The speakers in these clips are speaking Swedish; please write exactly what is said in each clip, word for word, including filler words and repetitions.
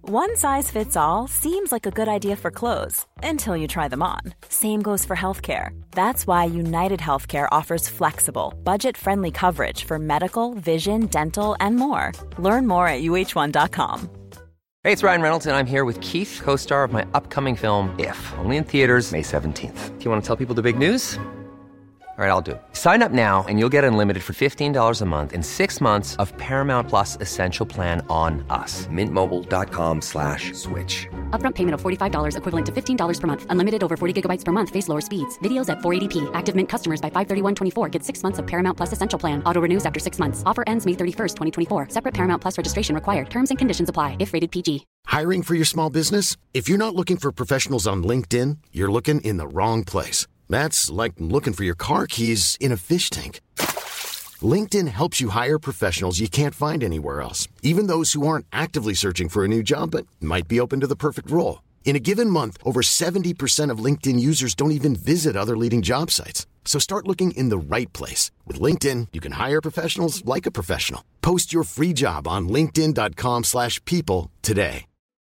One size fits all seems like a good idea for clothes until you try them on. Same goes for healthcare. That's why United Healthcare offers flexible, budget-friendly coverage for medical, vision, dental, and more. Learn more at U H one dot com. Hey, it's Ryan Reynolds, and I'm here with Keith, co-star of my upcoming film, If, only in theaters May seventeenth. Do you want to tell people the big news? All right, I'll do it. Sign up now and you'll get unlimited for fifteen dollars a month and six months of Paramount Plus Essential Plan on us. Mint Mobile dot com slash switch. Upfront payment of forty-five dollars equivalent to fifteen dollars per month. Unlimited over forty gigabytes per month. Face lower speeds. Videos at four eighty p. Active Mint customers by five thirty-one twenty-four get six months of Paramount Plus Essential Plan. Auto renews after six months. Offer ends May thirty-first, twenty twenty-four. Separate Paramount Plus registration required. Terms and conditions apply if rated P G. Hiring for your small business? If you're not looking for professionals on LinkedIn, you're looking in the wrong place. That's like looking for your car keys in a fish tank. LinkedIn helps you hire professionals you can't find anywhere else, even those who aren't actively searching for a new job but might be open to the perfect role. In a given month, over seventy percent of LinkedIn users don't even visit other leading job sites. So start looking in the right place. With LinkedIn, you can hire professionals like a professional. Post your free job on linkedin dot com slash people today.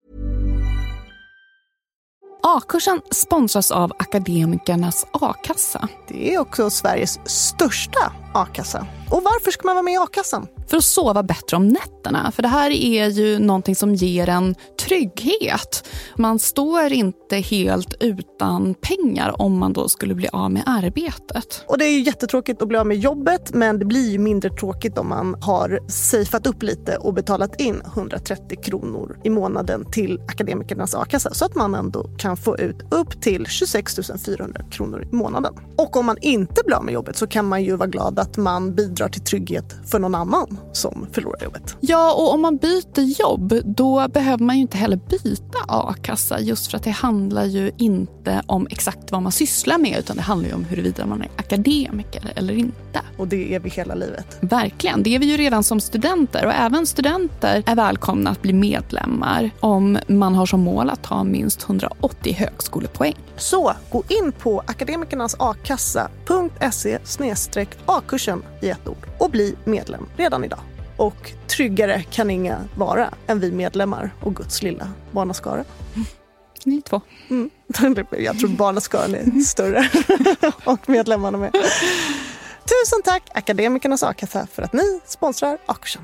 A-kursen sponsras av Akademikernas A-kassa. Det är också Sveriges största A-kassa. Och varför ska man vara med i A-kassan? För att sova bättre om nätterna. För det här är ju någonting som ger en trygghet. Man står inte helt utan pengar om man då skulle bli av med arbetet. Och det är ju jättetråkigt att bli av med jobbet, men det blir ju mindre tråkigt om man har safeat upp lite och betalat in hundratrettio kronor i månaden till Akademikernas A-kassa. Så att man ändå kan få ut upp till tjugosex tusen fyrahundra kronor i månaden. Och om man inte blir av med jobbet så kan man ju vara glad att man bidrar till trygghet för någon annan som förlorar jobbet. Ja, och om man byter jobb då behöver man ju inte heller byta A-kassa, just för att det handlar ju inte om exakt vad man sysslar med, utan det handlar ju om huruvida man är akademiker eller inte. Och det är vi hela livet. Verkligen, det är vi ju redan som studenter, och även studenter är välkomna att bli medlemmar om man har som mål att ta minst hundraåttio högskolepoäng. Så gå in på akademikernasakassa punkt se slash a-kursen i ett ord och bli medlem redan idag. Och tryggare kan inga vara än vi medlemmar och Guds lilla barnaskara. Mm. Ni två. Mm. Jag tror barnaskaran är större och medlemmarna med. Tusen tack Akademikernas A-kassa för att ni sponsrar A-kursen.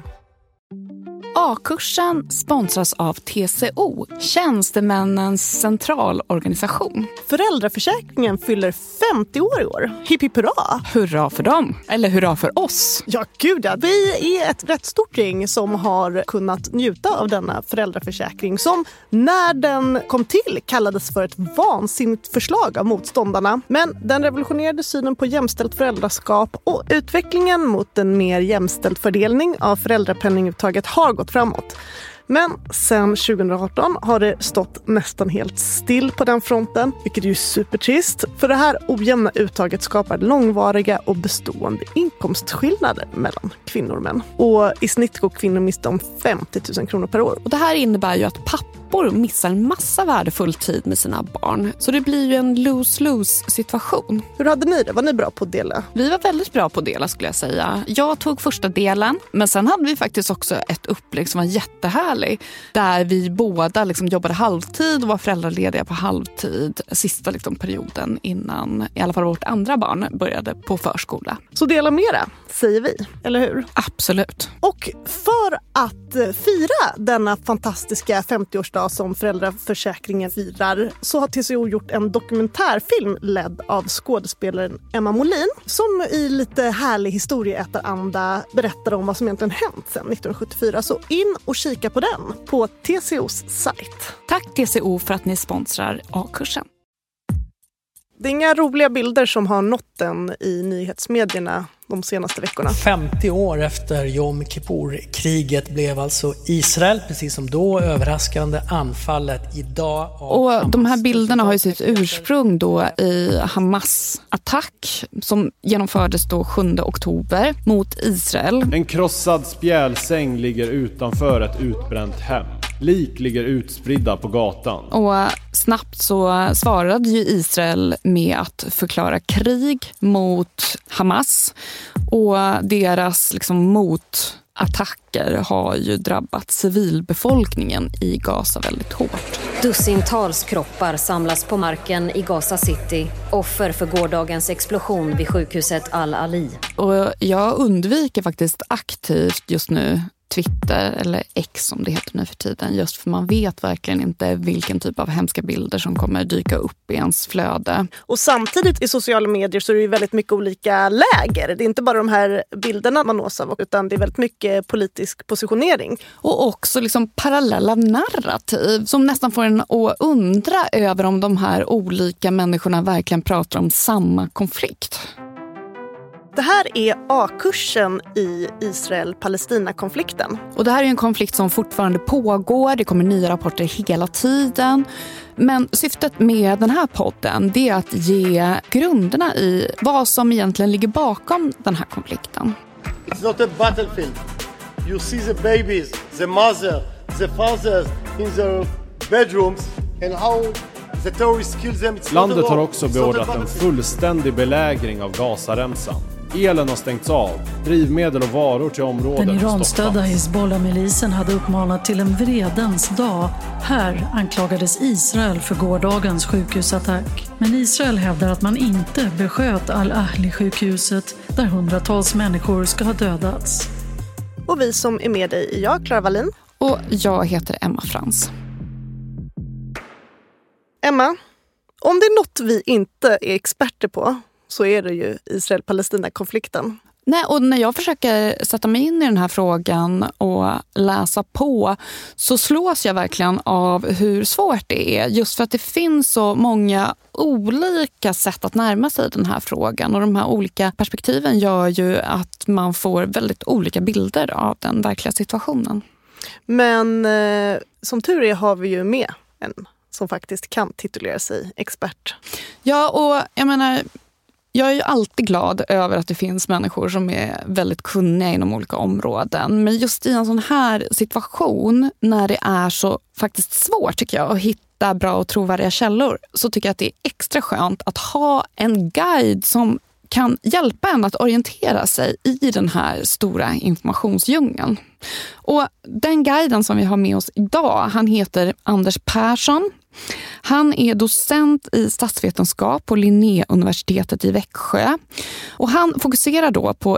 A-kursen sponsras av T C O, Tjänstemännens centralorganisation. Föräldraförsäkringen fyller femtio år i år. Hipp hipp hurra! Hurra för dem, eller hurra för oss. Ja, gud ja. Vi är ett rätt stort gäng som har kunnat njuta av denna föräldraförsäkring som när den kom till kallades för ett vansinnigt förslag av motståndarna. Men den revolutionerade synen på jämställt föräldraskap och utvecklingen mot en mer jämställd fördelning av föräldrapenninguttaget har gått framåt. Men sen tjugo arton har det stått nästan helt still på den fronten, vilket är ju supertrist. För det här ojämna uttaget skapar långvariga och bestående inkomstskillnader mellan kvinnor och män. Och i snitt går kvinnor miste om femtio tusen kronor per år. Och det här innebär ju att pappor missar en massa värdefull tid med sina barn. Så det blir ju en lose-lose situation. Hur hade ni det? Var ni bra på att dela? Vi var väldigt bra på att dela, skulle jag säga. Jag tog första delen, men sen hade vi faktiskt också ett upplägg som var jättehärlig. Där vi båda liksom jobbade halvtid och var föräldralediga på halvtid. Sista liksom perioden innan i alla fall vårt andra barn började på förskola. Så dela mera, säger vi, eller hur? Absolut. Och för att fira denna fantastiska femtioårsdag som föräldraförsäkringen firar så har T C O gjort en dokumentärfilm ledd av skådespelaren Emma Molin som i lite härlig historieätaranda berättar om vad som egentligen hänt sedan nittonhundrasjuttiofyra. Så in och kika på den på T C O:s sajt. Tack T C O för att ni sponsrar A-kursen. Det är inga roliga bilder som har nått den i nyhetsmedierna de senaste veckorna. femtio år efter Jom Kippur-kriget blev alltså Israel, precis som då, överraskande anfallet idag. Och de här bilderna har ju sitt ursprung då i Hamas attack som genomfördes då sjunde oktober mot Israel. En krossad spjälsäng ligger utanför ett utbränt hem. Lik ligger utspridda på gatan. Och snabbt så svarade ju Israel med att förklara krig mot Hamas och deras liksom mot attacker har ju drabbat civilbefolkningen i Gaza väldigt hårt. Dussintals kroppar samlas på marken i Gaza City, offer för gårdagens explosion vid sjukhuset Al-Ali. Och jag undviker faktiskt aktivt just nu Twitter, eller X som det heter nu för tiden, just för man vet verkligen inte vilken typ av hemska bilder som kommer dyka upp i ens flöde. Och samtidigt i sociala medier så är det ju väldigt mycket olika läger. Det är inte bara de här bilderna man nås av, utan det är väldigt mycket politisk positionering. Och också liksom parallella narrativ som nästan får en att undra över om de här olika människorna verkligen pratar om samma konflikt. Det här är A-kursen i Israel-Palestina-konflikten. Och det här är en konflikt som fortfarande pågår. Det kommer nya rapporter hela tiden. Men syftet med den här podden, det är att ge grunderna i vad som egentligen ligger bakom den här konflikten. It's not a battlefield. You see the babies, the mother, the fathers in their bedrooms and how the terrorists kill them. It's Landet har också beordrat en fullständig belägring av Gazaremsan. Elen har stängts av, drivmedel och varor till området. Den Iran-stödda Hizbollah-milisen hade uppmanat till en vredens dag. Här anklagades Israel för gårdagens sjukhusattack. Men Israel hävdar att man inte besköt Al-Ahli-sjukhuset där hundratals människor ska ha dödats. Och vi som är med dig är jag, Clara Wallin. Och jag heter Emma Frans. Emma, om det är något vi inte är experter på så är det ju Israel-Palestina-konflikten. Nej, och när jag försöker sätta mig in i den här frågan och läsa på så slås jag verkligen av hur svårt det är. Just för att det finns så många olika sätt att närma sig den här frågan. Och de här olika perspektiven gör ju att man får väldigt olika bilder av den verkliga situationen. Men eh, som tur är har vi ju med en som faktiskt kan titulera sig expert. Ja, och jag menar... Jag är ju alltid glad över att det finns människor som är väldigt kunniga inom olika områden. Men just i en sån här situation, när det är så faktiskt svårt tycker jag att hitta bra och trovärdiga källor, så tycker jag att det är extra skönt att ha en guide som kan hjälpa en att orientera sig i den här stora informationsdjungeln. Och den guiden som vi har med oss idag, han heter Anders Persson. Han är docent i statsvetenskap på Linnéuniversitetet i Växjö. Och han fokuserar då på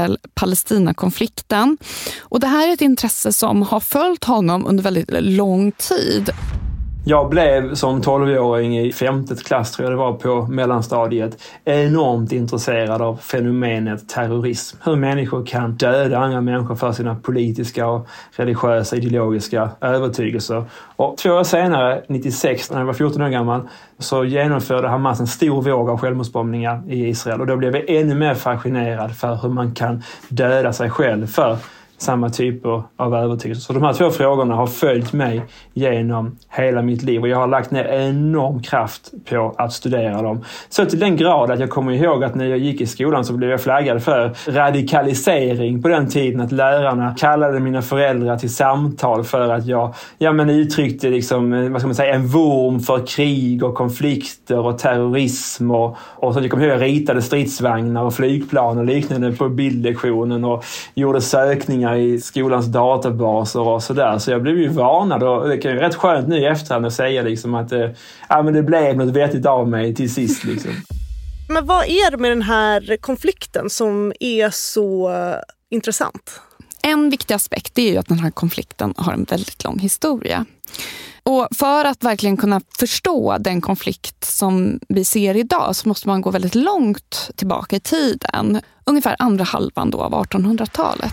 Israel-Palestina-konflikten. Och det här är ett intresse som har följt honom under väldigt lång tid. Jag blev som tolvåring i femte klass, tror jag det var, på mellanstadiet, enormt intresserad av fenomenet terrorism. Hur människor kan döda andra människor för sina politiska och religiösa ideologiska övertygelser. Och två år senare, nittiosex, när jag var fjorton år gammal, så genomförde Hamas en stor våg av självmordsbombningar i Israel. Och då blev jag ännu mer fascinerad för hur man kan döda sig själv för samma typer av övertygelse. Så de här två frågorna har följt mig genom hela mitt liv och jag har lagt ner enorm kraft på att studera dem. Så till den grad att jag kommer ihåg att när jag gick i skolan så blev jag flaggad för radikalisering på den tiden, att lärarna kallade mina föräldrar till samtal för att jag ja, men uttryckte liksom, vad ska man säga, en vorm för krig och konflikter och terrorism och, och så jag kommer ihåg att jag ritade stridsvagnar och flygplan och liknande på bildlektionen och gjorde sökningar i skolans databaser och sådär. Så jag blev ju varnad och det kan ju rätt skönt nu i efterhand att säga liksom att eh, ja, men det blev något vettigt av mig till sist. Liksom. Men vad är det med den här konflikten som är så intressant? En viktig aspekt är ju att den här konflikten har en väldigt lång historia. Och för att verkligen kunna förstå den konflikt som vi ser idag så måste man gå väldigt långt tillbaka i tiden. Ungefär andra halvan då av artonhundratalet.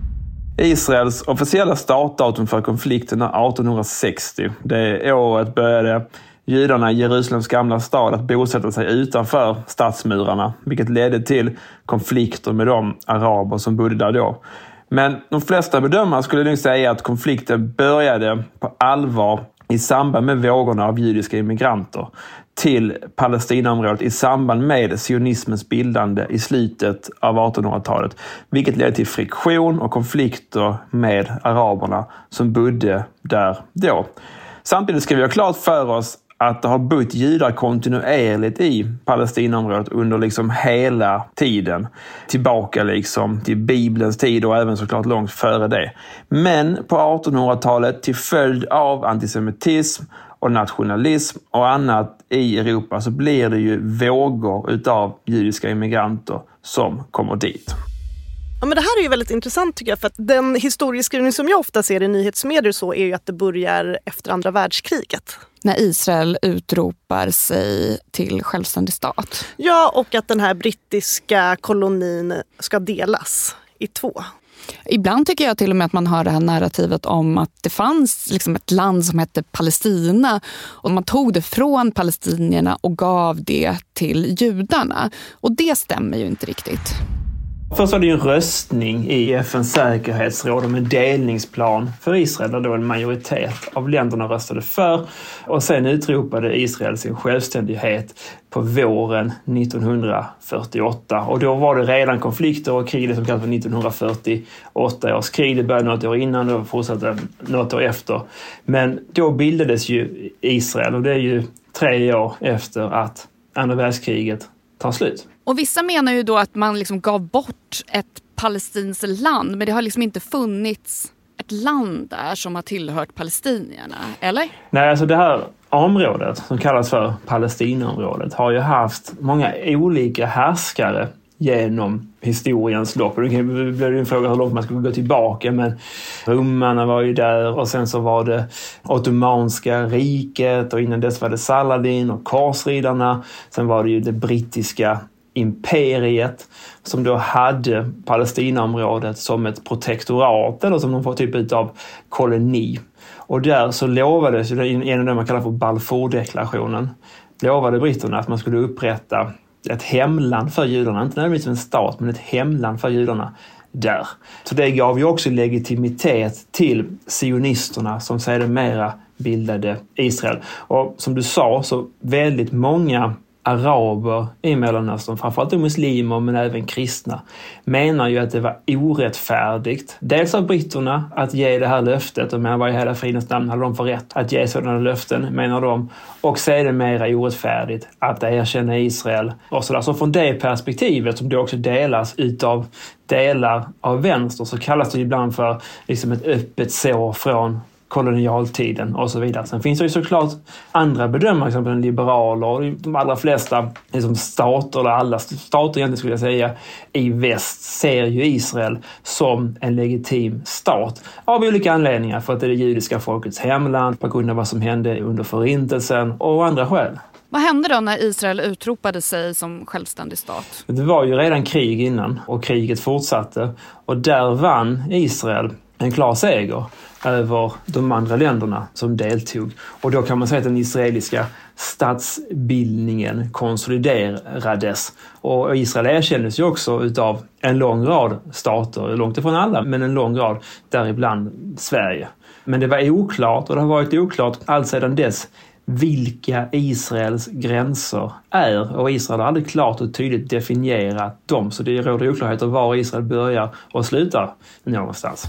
Israels officiella startdatum för konflikten är artonhundrasextio. Det året började judarna i Jerusalems gamla stad att bosätta sig utanför stadsmurarna, vilket ledde till konflikter med de araber som bodde där då. Men de flesta bedömare skulle nog säga att konflikten började på allvar i samband med vågorna av judiska immigranter till Palestinaområdet i samband med sionismens bildande i slutet av artonhundratalet, vilket ledde till friktion och konflikter med araberna som bodde där då. Samtidigt ska vi ha klart för oss att det har bott judar kontinuerligt i Palestinaområdet under liksom hela tiden. Tillbaka liksom till Bibelns tid och även såklart långt före det. Men på artonhundratalet till följd av antisemitism och nationalism och annat i Europa så blir det ju vågor utav judiska immigranter som kommer dit. Ja, men det här är ju väldigt intressant tycker jag, för att den historieskrivning som jag ofta ser i nyhetsmedier så är ju att det börjar efter andra världskriget. När Israel utropar sig till självständig stat. Ja, och att den här brittiska kolonin ska delas i två. Ibland tycker jag till och med att man hör det här narrativet om att det fanns liksom ett land som hette Palestina och man tog det från palestinierna och gav det till judarna. Och det stämmer ju inte riktigt. Först var det ju en röstning i F N:s säkerhetsråd om en delningsplan för Israel där då en majoritet av länderna röstade för. Och sen utropade Israel sin självständighet på våren nittonhundrafyrtioåtta. Och då var det redan konflikter och krig som kallas för nittonhundrafyrtioåtta års krig. Det började något år innan och fortsatte något år efter. Men då bildades ju Israel och det är ju tre år efter att andra världskriget tar slut. Och vissa menar ju då att man liksom gav bort ett palestinskt land, men det har liksom inte funnits ett land där som har tillhört palestinierna, eller? Nej, alltså det här området som kallas för Palestinaområdet har ju haft många olika härskare genom historiens lopp. Det blir en fråga hur långt man ska gå tillbaka, men romarna var ju där och sen så var det ottomanska riket och innan dess var det Saladin och korsridarna. Sen var det ju det brittiska imperiet som då hade Palestinaområdet som ett protektorat eller som någon typ av koloni. Och där så lovades ju en av det man kallar för Balfour-deklarationen lovade britterna att man skulle upprätta ett hemland för judarna, inte nödvändigtvis en stat men ett hemland för judarna där. Så det gav ju också legitimitet till sionisterna som sedermera bildade Israel. Och som du sa så väldigt många araber i Mellanöstern, framförallt muslimer men även kristna, menar ju att det var orättfärdigt. Dels av britterna att ge det här löftet, och menar vad i hela fridens namn hade de för rätt att ge sådana löften, menar de. Och så är det mera orättfärdigt att erkänna Israel. Och så, alltså från det perspektivet som det också delas utav delar av vänster så kallas det ibland för liksom ett öppet sår från kolonialtiden och så vidare. Sen finns det ju såklart andra bedömare, exempel liberaler och de allra flesta liksom stater, eller alla stater egentligen skulle jag säga, i väst ser ju Israel som en legitim stat av olika anledningar, för att det är det judiska folkets hemland, på grund av vad som hände under förintelsen och andra skäl. Vad hände då när Israel utropade sig som självständig stat? Det var ju redan krig innan och kriget fortsatte och där vann Israel en klar seger över de andra länderna som deltog. Och då kan man säga att den israeliska statsbildningen konsoliderades. Och Israel erkändes ju också utav en lång rad stater, långt ifrån alla, men en lång rad, däribland Sverige. Men det var oklart, och det har varit oklart allt sedan dess, vilka Israels gränser är. Och Israel har aldrig klart och tydligt definierat dem, så det råder oklarheter var Israel börjar och slutar någonstans.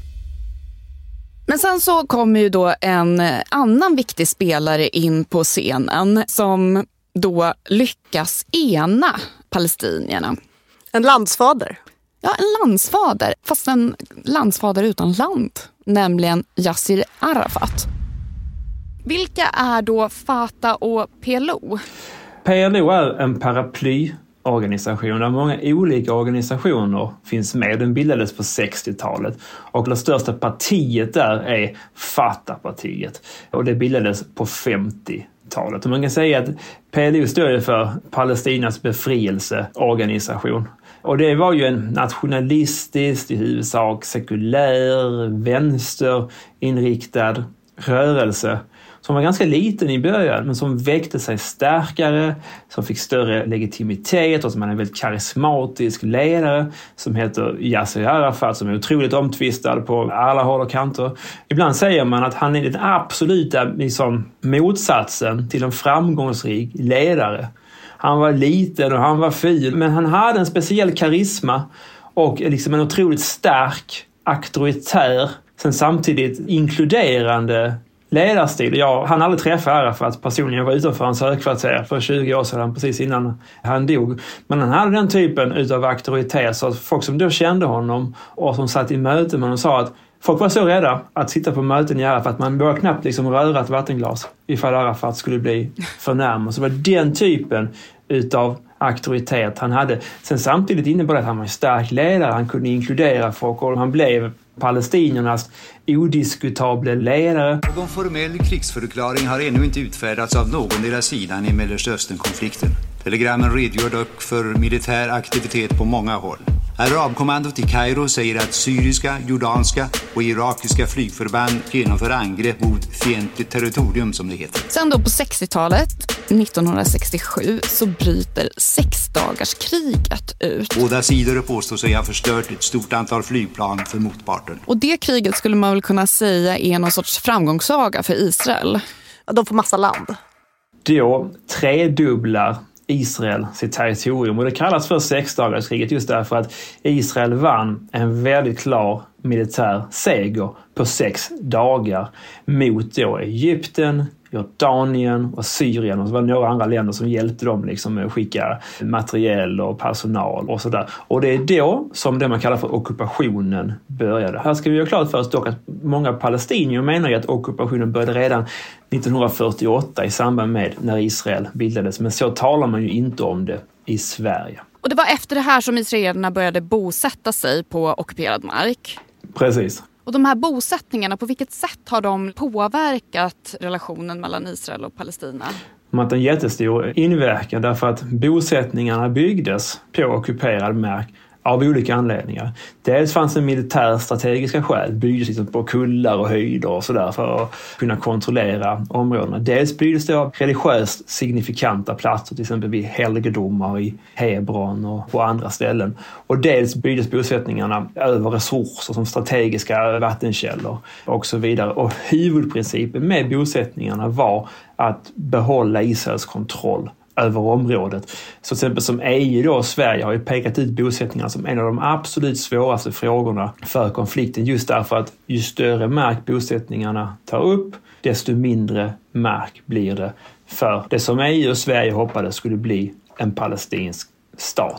Men sen så kommer ju då en annan viktig spelare in på scenen som då lyckas ena palestinierna. En landsfader. Ja, en landsfader, fast en landsfader utan land, nämligen Yasser Arafat. Vilka är då Fatah och P L O? P L O är en paraplyorganisation där många olika organisationer finns med. Den bildades på sextiotalet och det största partiet där är Fatah-partiet och det bildades på femtiotalet. Och man kan säga att P L O står för Palestinas befrielseorganisation. Och det var ju en nationalistisk, i huvudsak sekulär, vänsterinriktad rörelse som var ganska liten i början men som väckte sig starkare, som fick större legitimitet och som är en väldigt karismatisk ledare som heter Yasser Arafat, som är otroligt omtvistad på alla håll och kanter. Ibland säger man att han är den absoluta liksom, motsatsen till en framgångsrik ledare. Han var liten och han var fil, men han hade en speciell karisma och liksom en otroligt stark, auktoritär, sen samtidigt inkluderande ledarstil. Jag hann aldrig träffa Arafat personligen. Jag var utanför hans högkvarter för tjugo år sedan, precis innan han dog. Men han hade den typen utav auktoritet, så att folk som då kände honom och som satt i möte med honom sa att folk var så rädda att sitta på möten i Arafat att man började knappt liksom röra ett vattenglas ifall Arafat skulle bli förnärmad. Så det var den typen utav auktoritet han hade. Sen samtidigt innebar det att han var en stark ledare. Han kunde inkludera folk och han blev palestiniernas odiskutabla ledare. Någon formell krigsförklaring har ännu inte utfärdats av någon deras sidan i Mellersta Östern-konflikten. Telegrammen redogör dock för militär aktivitet på många håll. Arabkommandot i Kairo säger att syriska, jordanska och irakiska flygförband genomför angrepp mot fientligt territorium, som det heter. Sen då på sextiotalet, nittonhundrasextiosju, så bryter sexdagarskriget ut. Båda sidor påstår sig ha förstört ett stort antal flygplan för motparten. Och det kriget skulle man väl kunna säga är någon sorts framgångssaga för Israel. De får massa land. Då tredubblar Israel sitt territorium, och det kallas för sexdagarskriget just därför att Israel vann en väldigt klar militär seger på sex dagar mot då Egypten, Jordanien och Syrien, och så var det några andra länder som hjälpte dem liksom med att skicka materiel och personal och sådär. Och det är då som det man kallar för ockupationen började. Här ska vi göra klart för oss dock att många palestinier menar ju att ockupationen började redan nittonhundrafyrtioåtta i samband med när Israel bildades, men så talar man ju inte om det i Sverige. Och det var efter det här som israelerna började bosätta sig på ockuperad mark. Precis. Och de här bosättningarna, på vilket sätt har de påverkat relationen mellan Israel och Palestina? De har haft en jättestor inverkan därför att bosättningarna byggdes på ockuperad mark av olika anledningar. Dels fanns det militär strategiska skäl, byggdes liksom på kullar och höjder och sådär för att kunna kontrollera områdena. Dels byggdes det av religiöst signifikanta platser, till exempel vid helgedomar i Hebron och på andra ställen. Och dels byggdes bosättningarna över resurser som strategiska vattenkällor och så vidare. Och huvudprincipen med bosättningarna var att behålla Israels kontroll över området. Så till exempel som E U då, Sverige har ju pekat ut bosättningar som en av de absolut svåraste frågorna för konflikten, just därför att ju större mark bosättningarna tar upp, desto mindre mark blir det för det som E U och Sverige hoppades skulle bli en palestinsk stat.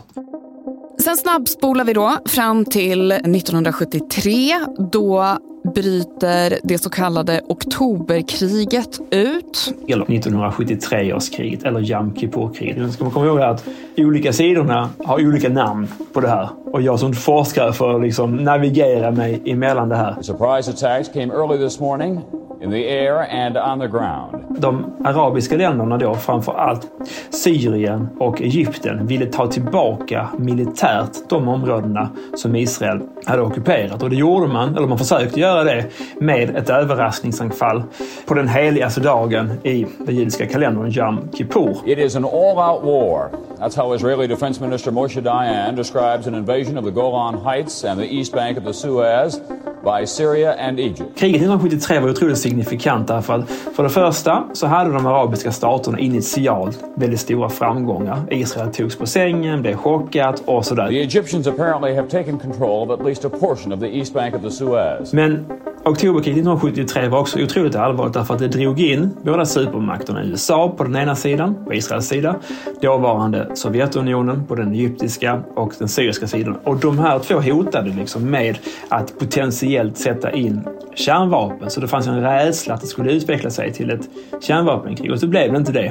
Sen snabbspolar vi då fram till nittonhundrasjuttiotre, då bryter det så kallade oktoberkriget ut. Eller nittonhundrasjuttiotre års kriget, eller Yom Kippur-kriget. Nu ska man komma ihåg att olika sidorna har olika namn på det här. Och jag som forskare får liksom navigera mig emellan det här. The surprise attacks came early this morning in the air and on the ground. De arabiska länderna då, framför allt Syrien och Egypten, ville ta tillbaka militärt de områdena som Israel hade ockuperat. Och det gjorde man, eller man försökte göra det, med ett överraskningsanfall på den heligaste dagen i den judiska kalendern, Yom Kippur. It is an all-out war. That's how Israeli Defense Minister Moshe Dayan describes an invasion of the Golan Heights and the east bank of the Suez by Syria and Egypt. Kriget nittonhundrasjuttiotre var otroligt signifikant därför att för det första så hade de arabiska staterna initialt väldigt stora framgångar. Israel togs på sängen, blev chockat och sådär. The Egyptians apparently have taken control of at least a portion of the east bank of the Suez. Men oktoberkriget nittonhundrasjuttiotre var också otroligt allvarligt därför att det drog in båda supermakterna, U S A på den ena sidan, på Israels sida, dåvarande Sovjetunionen på den egyptiska och den syriska sidan. Och de här två hotade liksom med att potentiellt sätta in kärnvapen. Så det fanns en rädsla att det skulle utveckla sig till ett kärnvapenkrig, och så blev det inte det.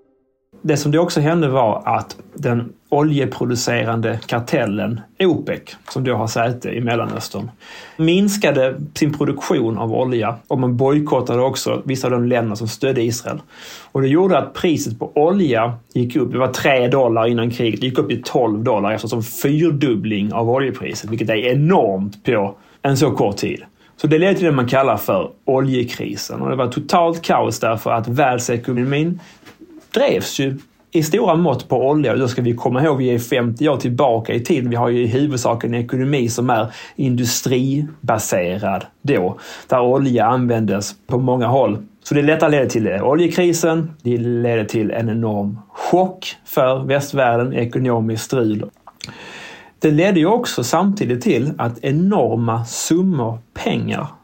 Det som det också hände var att den oljeproducerande kartellen OPEC, som då har säte i Mellanöstern, minskade sin produktion av olja, och man bojkottade också vissa av de länder som stödde Israel. Och det gjorde att priset på olja gick upp. Det var tre dollar innan kriget, det gick upp till tolv dollar efter som fyrdubbling av oljepriset, vilket är enormt på en så kort tid. Så det ledde till det man kallar för oljekrisen, och det var totalt kaos därför att världsekonomin drevs ju i stora mått på olja. Och då ska vi komma ihåg, vi är femtio år tillbaka i tiden. Vi har ju i huvudsak en ekonomi som är industribaserad då, där olja användes på många håll. Så det lättare ledde till oljekrisen, det ledde till en enorm chock för västvärlden, ekonomisk strul. Det ledde ju också samtidigt till att enorma summor pengar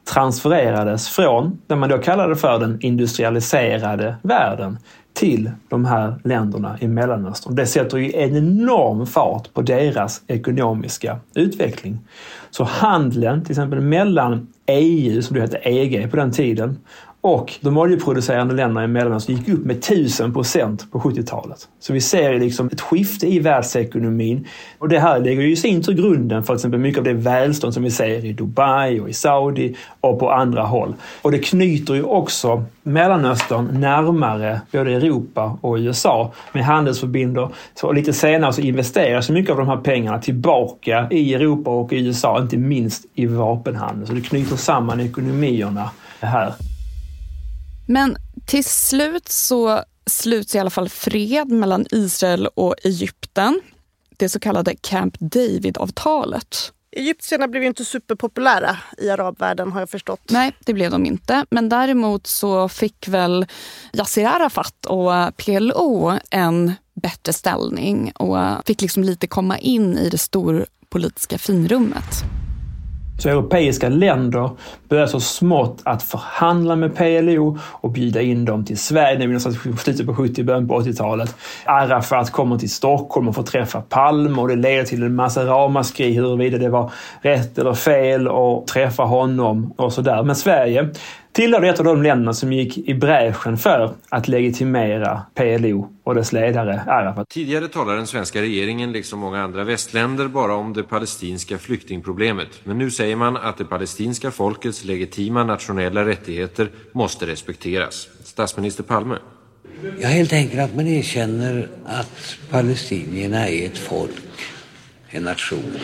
transfererades från det man då kallade för den industrialiserade världen till de här länderna i Mellanöstern. Det sätter ju en enorm fart på deras ekonomiska utveckling. Så handeln till exempel mellan E U, som det hette E G på den tiden, och de oljeproducerande länderna i Mellanöstern gick upp med tusen procent på sjuttiotalet. Så vi ser liksom ett skifte i världsekonomin. Och det här lägger ju i sin tur grunden för till exempel mycket av det välstånd som vi ser i Dubai och i Saudi och på andra håll. Och det knyter ju också Mellanöstern närmare både Europa och U S A med handelsförbindelser. Så lite senare så investeras så mycket av de här pengarna tillbaka i Europa och i U S A, inte minst i vapenhandel. Så det knyter samman ekonomierna här. Men till slut så sluts i alla fall fred mellan Israel och Egypten. Det så kallade Camp David-avtalet. Egyptierna blev ju inte superpopulära i arabvärlden, har jag förstått. Nej, det blev de inte. Men däremot så fick väl Yasser Arafat och P L O en bättre ställning och fick liksom lite komma in i det storpolitiska finrummet. Så europeiska länder började så smått att förhandla med P L O och bjuda in dem till Sverige. Det var slutet på sjuttio, början på åttiotalet. Arafat kommer till Stockholm och får träffa Palme, och det leder till en massa ramaskri huruvida det var rätt eller fel att träffa honom och sådär. Men Sverige tillhörde ett av de länderna som gick i bräschen för att legitimera P L O och dess ledare Arafat. Tidigare talade den svenska regeringen, liksom många andra västländer, bara om det palestinska flyktingproblemet. Men nu säger man att det palestinska folkets legitima nationella rättigheter måste respekteras. Statsminister Palme. Ja, helt enkelt att man erkänner att palestinierna är ett folk, en nation,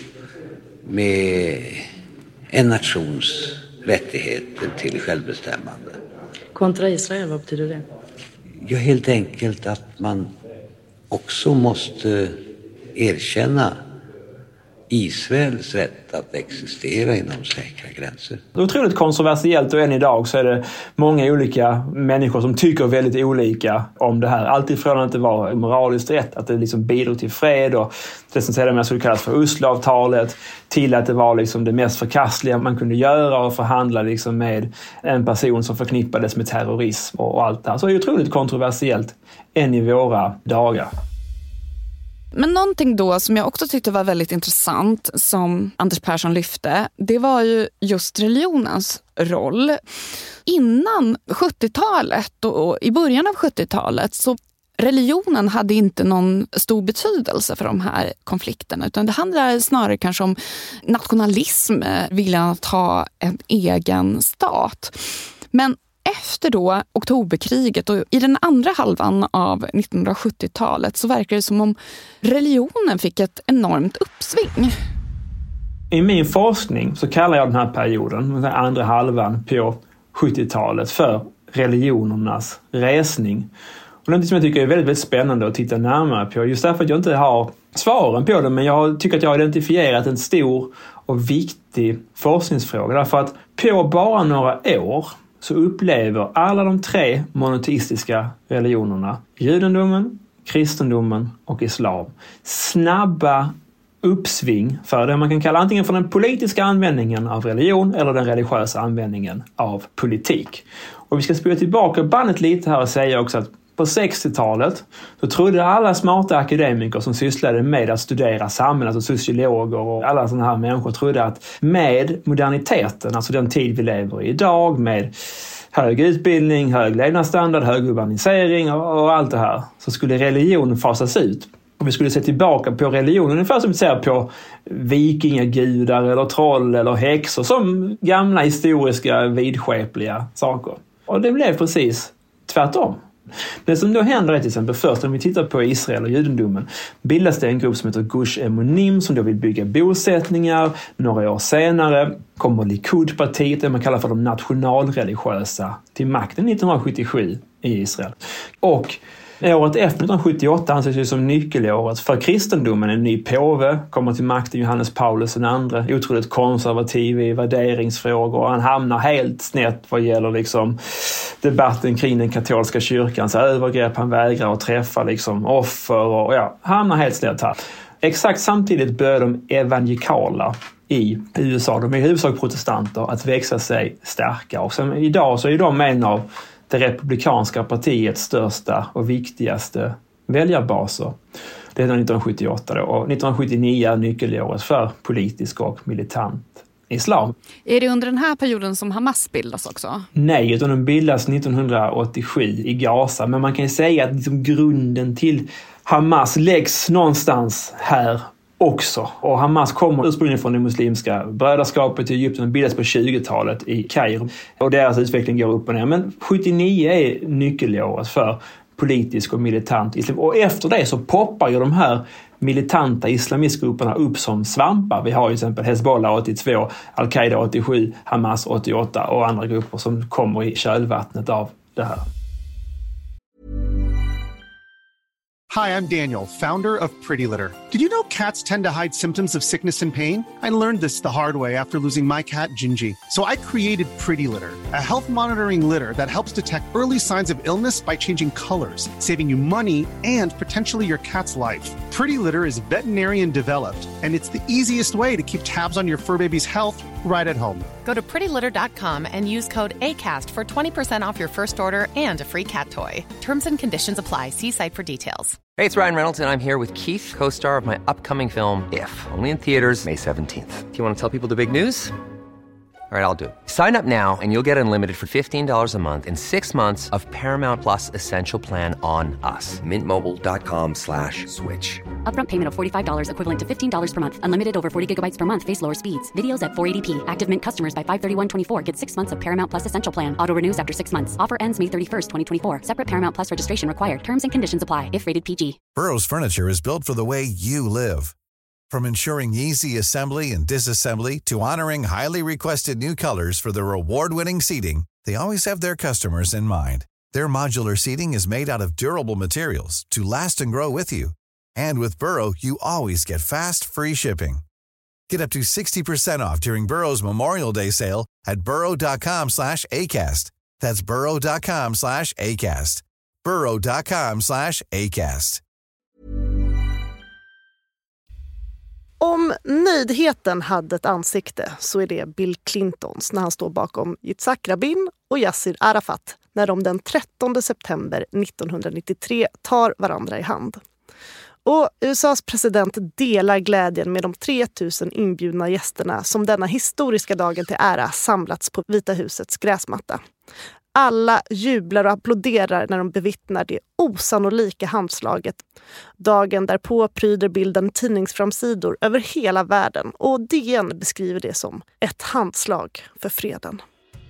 med en nations rättigheter till självbestämmande. Kontra Israel, vad betyder det? Ja, helt enkelt att man också måste erkänna Israels rätt att existera inom säkra gränser. Det är otroligt kontroversiellt, och än idag så är det många olika människor som tycker väldigt olika om det här. Allt ifrån att det var moraliskt rätt, att det liksom bidrog till fred och det som sedan skulle kallas för Osloavtalet, till att det var liksom det mest förkastliga man kunde göra och förhandla liksom med en person som förknippades med terrorism och allt det här. Så det är otroligt kontroversiellt än i våra dagar. Men någonting då som jag också tyckte var väldigt intressant som Anders Persson lyfte, det var ju just religionens roll. Innan sjuttiotalet och i början av sjuttiotalet så religionen hade inte någon stor betydelse för de här konflikterna, utan det handlade snarare kanske om nationalism, viljan att ha en egen stat. Men efter då oktoberkriget och i den andra halvan av nittonhundrasjuttiotalet så verkar det som om religionen fick ett enormt uppsving. I min forskning så kallar jag den här perioden, den andra halvan på sjuttiotalet, för religionernas resning. Och något som jag tycker är väldigt, väldigt spännande att titta närmare på, just därför att jag inte har svaren på det, men jag tycker att jag har identifierat en stor och viktig forskningsfråga. Därför att på bara några år så upplever alla de tre monoteistiska religionerna, judendomen, kristendomen och islam, snabba uppsving för det man kan kalla antingen för den politiska användningen av religion eller den religiösa användningen av politik. Och vi ska spola tillbaka bandet lite här och säga också att på sextiotalet så trodde alla smarta akademiker som sysslade med att studera samhället och sociologer och alla sådana här människor trodde att med moderniteten, alltså den tid vi lever i idag, med hög utbildning, hög levnadsstandard, hög urbanisering och, och allt det här, så skulle religion fasas ut. Och vi skulle se tillbaka på religionen ungefär som vi ser på vikingagudar eller troll eller häxor som gamla historiska vidskepliga saker. Och det blev precis tvärtom. Det som då händer är till exempel först om vi tittar på Israel och judendomen bildas det en grupp som heter Gush Emonim som då vill bygga bosättningar. Några år senare kommer Likud-partiet, det man kallar för de nationalreligiösa, till makten nittonhundrasjuttiosju i Israel. Och året efter nittonhundrasjuttioåtta anses ju som nyckelåret för kristendomen. En ny påve kommer till makten, Johannes Paulus den andra, otroligt konservativ i värderingsfrågor, och han hamnar helt snett vad gäller liksom debatten kring den katolska kyrkans övergrepp. Han vägrar att träffa liksom offer och ja, hamnar helt snett här. Exakt samtidigt börjar de evangelikala i U S A, de är i huvudsak protestanter, att växa sig starka. Och sen idag så är de en av det republikanska partiets största och viktigaste väljarbaser. Det är nittonhundrasjuttioåtta då, och nittonhundrasjuttionio är nyckelåret för politisk och militant islam. Är det under den här perioden som Hamas bildas också? Nej, utan de bildas nittonhundraåttiosju i Gaza. Men man kan ju säga att liksom grunden till Hamas läggs någonstans här också. Och Hamas kommer ursprungligen från det muslimska brödraskapet i Egypten och bildas på tjugotalet i Kairo. Och deras utveckling går upp och ner. Men sjuttionio är nyckelåret för politisk och militant islam. Och efter det så poppar ju de här militanta islamistgrupperna upp som svampar. Vi har ju till exempel Hezbollah åttiotvå, Al-Qaida åttiosju, Hamas åttioåtta och andra grupper som kommer i kölvattnet av det här. Hi, I'm Daniel, founder of Pretty Litter. Did you know cats tend to hide symptoms of sickness and pain? I learned this the hard way after losing my cat, Gingy. So I created Pretty Litter, a health monitoring litter that helps detect early signs of illness by changing colors, saving you money and potentially your cat's life. Pretty Litter is veterinarian developed, and it's the easiest way to keep tabs on your fur baby's health right at home. Go to pretty litter dot com and use code ACAST for twenty percent off your first order and a free cat toy. Terms and conditions apply. See site for details. Hey, it's Ryan Reynolds, and I'm here with Keith, co-star of my upcoming film, If, only in theaters May seventeenth. Do you want to tell people the big news? All right, I'll do it. Sign up now and you'll get unlimited for fifteen dollars a month and six months of Paramount Plus Essential Plan on us. Mint Mobile dot com slash switch. Upfront payment of forty-five dollars equivalent to fifteen dollars per month. Unlimited over forty gigabytes per month. Face lower speeds. Videos at four eighty p. Active Mint customers by five thirty-one twenty-four get six months of Paramount Plus Essential Plan. Auto renews after six months. Offer ends May thirty-first, twenty twenty-four. Separate Paramount Plus registration required. Terms and conditions apply if rated P G. Burrow's furniture is built for the way you live. From ensuring easy assembly and disassembly to honoring highly requested new colors for their award-winning seating, they always have their customers in mind. Their modular seating is made out of durable materials to last and grow with you. And with Burrow, you always get fast, free shipping. Get up to sixty percent off during Burrow's Memorial Day sale at burrow dot com slash acast. That's burrow dot com slash acast. burrow dot com slash acast. Om nöjdheten hade ett ansikte så är det Bill Clintons när han står bakom Yitzhak Rabin och Yasser Arafat när de den trettonde september nittonhundranittiotre tar varandra i hand. Och U S A:s president delar glädjen med de tre tusen inbjudna gästerna som denna historiska dagen till ära samlats på Vita husets gräsmatta. Alla jublar och applåderar när de bevittnar det osannolika handslaget. Dagen därpå pryder bilden tidningsframsidor över hela världen och D N beskriver det som ett handslag för freden.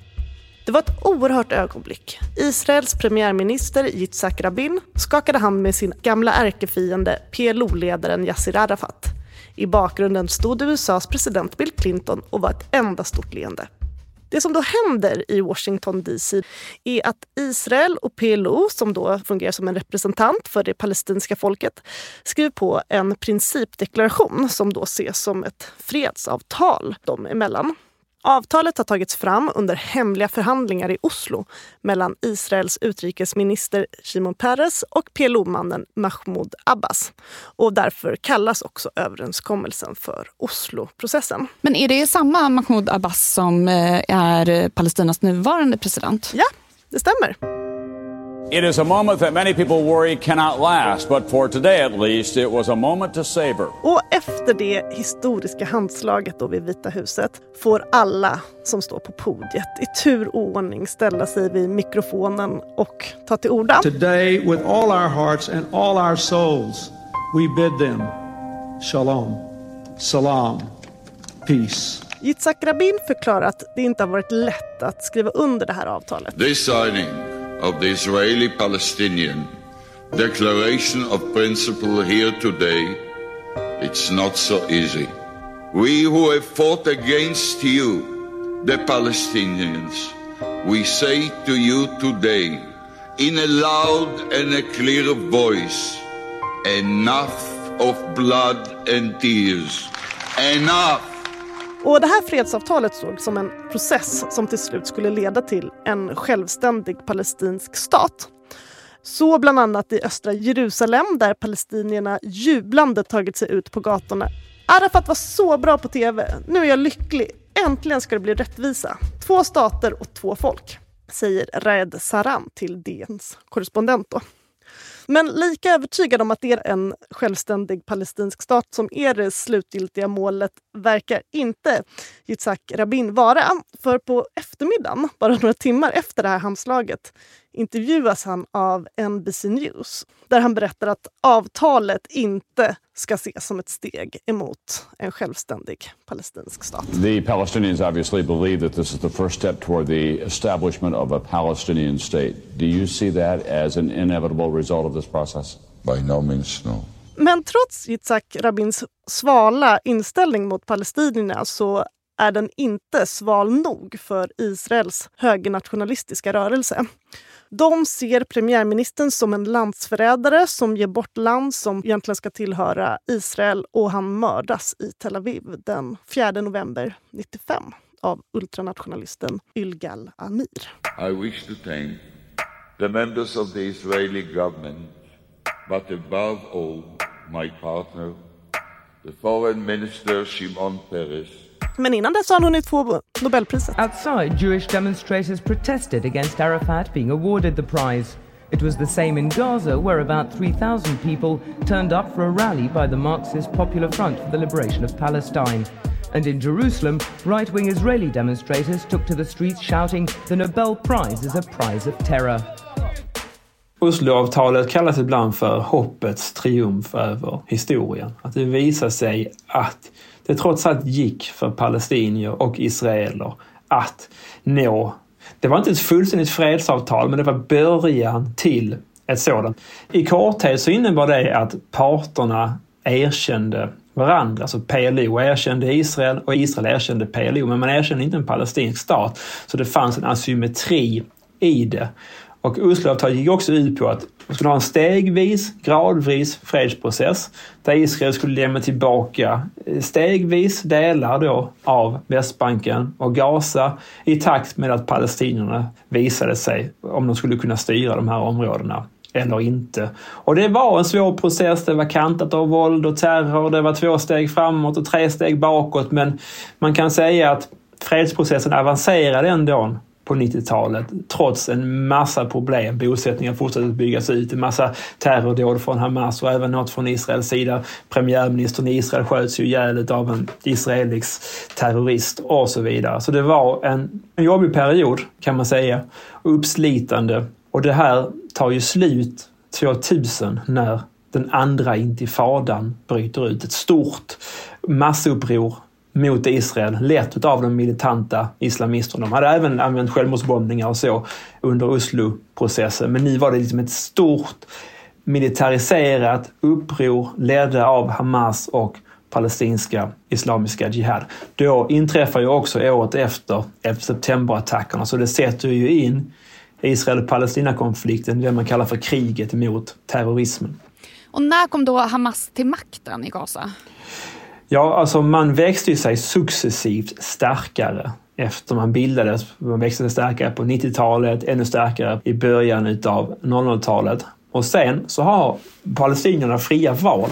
Det var ett oerhört ögonblick. Israels premiärminister Yitzhak Rabin skakade hand med sin gamla ärkefiende P L O-ledaren Yasser Arafat. I bakgrunden stod U S A:s president Bill Clinton och var ett enda stort leende. Det som då händer i Washington D C är att Israel och P L O, som då fungerar som en representant för det palestinska folket, skriver på en principdeklaration som då ses som ett fredsavtal dem emellan. Avtalet har tagits fram under hemliga förhandlingar i Oslo mellan Israels utrikesminister Shimon Peres och P L O-mannen Mahmoud Abbas. Och därför kallas också överenskommelsen för Oslo-processen. Men är det samma Mahmoud Abbas som är Palestinas nuvarande president? Ja, det stämmer. It is a moment that many people worry cannot last, but for today at least it was a moment to savor. Och efter det historiska handslaget då vid Vita huset får alla som står på podiet i tur och ordning ställa sig vid mikrofonen och ta till orda. Today with all our hearts and all our souls we bid them shalom, salam, peace. Yitzhak Rabin förklarar att det inte har varit lätt att skriva under det här avtalet. This signing of the Israeli-Palestinian Declaration of Principle here today, it's not so easy. We who have fought against you, the Palestinians, we say to you today, in a loud and a clear voice, enough of blood and tears, enough. Och det här fredsavtalet såg som en process som till slut skulle leda till en självständig palestinsk stat. Så bland annat i östra Jerusalem där palestinierna jublande tagit sig ut på gatorna. Arafat var så bra på tv, nu är jag lycklig. Äntligen ska det bli rättvisa. Två stater och två folk, säger Raed Saran till D N:s korrespondent då. Men lika övertygad om att det är en självständig palestinsk stat som är det slutgiltiga målet verkar inte Yitzhak Rabin vara. För på eftermiddagen, bara några timmar efter det här handslaget, intervjuas han av N B C News där han berättar att avtalet inte ska ses som ett steg emot en självständig palestinsk stat. The Palestinians obviously believe that this is the first step toward the establishment of a Palestinian state. Do you see that as an inevitable result of this process? By no means, no. Men trots Yitzhak Rabins svala inställning mot palestinierna så är den inte sval nog för Israels högernationalistiska rörelse. De ser premiärministern som en landsförrädare som ger bort land som egentligen ska tillhöra Israel, och han mördas i Tel Aviv den fjärde november nittiofem av ultranationalisten Ylgal Amir. I wish to thank the members of the Israeli government, but above all my partner, the foreign minister Shimon Peres. Men innan dess har han hunnit få Nobelpriset. Outside, Jewish demonstrators protested against Arafat being awarded the prize. It was the same in Gaza, where about three thousand people turned up for a rally by the Marxist Popular Front for the Liberation of Palestine. And in Jerusalem, right-wing Israeli demonstrators took to the streets shouting, "The Nobel Prize is a prize of terror." Osloavtalet kallas ibland för hoppets triumf över historien. Att det visar sig att det trots allt gick för palestinier och israeler att nå. Det var inte ett fullständigt fredsavtal, men det var början till ett sådant. I korthet så innebar det att parterna erkände varandra. Alltså P L O erkände Israel och Israel erkände P L O, men man erkände inte en palestinsk stat. Så det fanns en asymmetri i det. Och Osloavtalet gick också ut på att man skulle ha en stegvis, gradvis fredsprocess där Israel skulle lämna tillbaka stegvis delar då av Västbanken och Gaza i takt med att palestinierna visade sig om de skulle kunna styra de här områdena eller inte. Och det var en svår process, det var kantat av våld och terror, det var två steg framåt och tre steg bakåt, men man kan säga att fredsprocessen avancerade ändå på nittiotalet, trots en massa problem. Bosättningar fortsatte att byggas ut, en massa terrordåd från Hamas och även något från Israels sida. Premiärministern i Israel sköts ju ihjäl av en israelisk terrorist och så vidare. Så det var en, en jobbig period kan man säga, uppslitande. Och det här tar ju slut tvåtusen när den andra intifadan bryter ut. Ett stort massuppror mot Israel, lett av de militanta islamisterna. De hade även använt självmordsbombningar och så under Oslo-processen. Men nu var det liksom ett stort militariserat uppror ledda av Hamas och palestinska islamiska jihad. Då inträffar ju också året efter, efter septemberattackerna. Så det sätter ju in Israel-Palestina-konflikten, det man kallar för kriget mot terrorismen. Och när kom då Hamas till makten i Gaza? Ja, alltså man växte ju sig successivt starkare efter man bildades. Man växte sig starkare på nittiotalet, ännu starkare i början av noll noll-talet. Och sen så har palestinierna fria val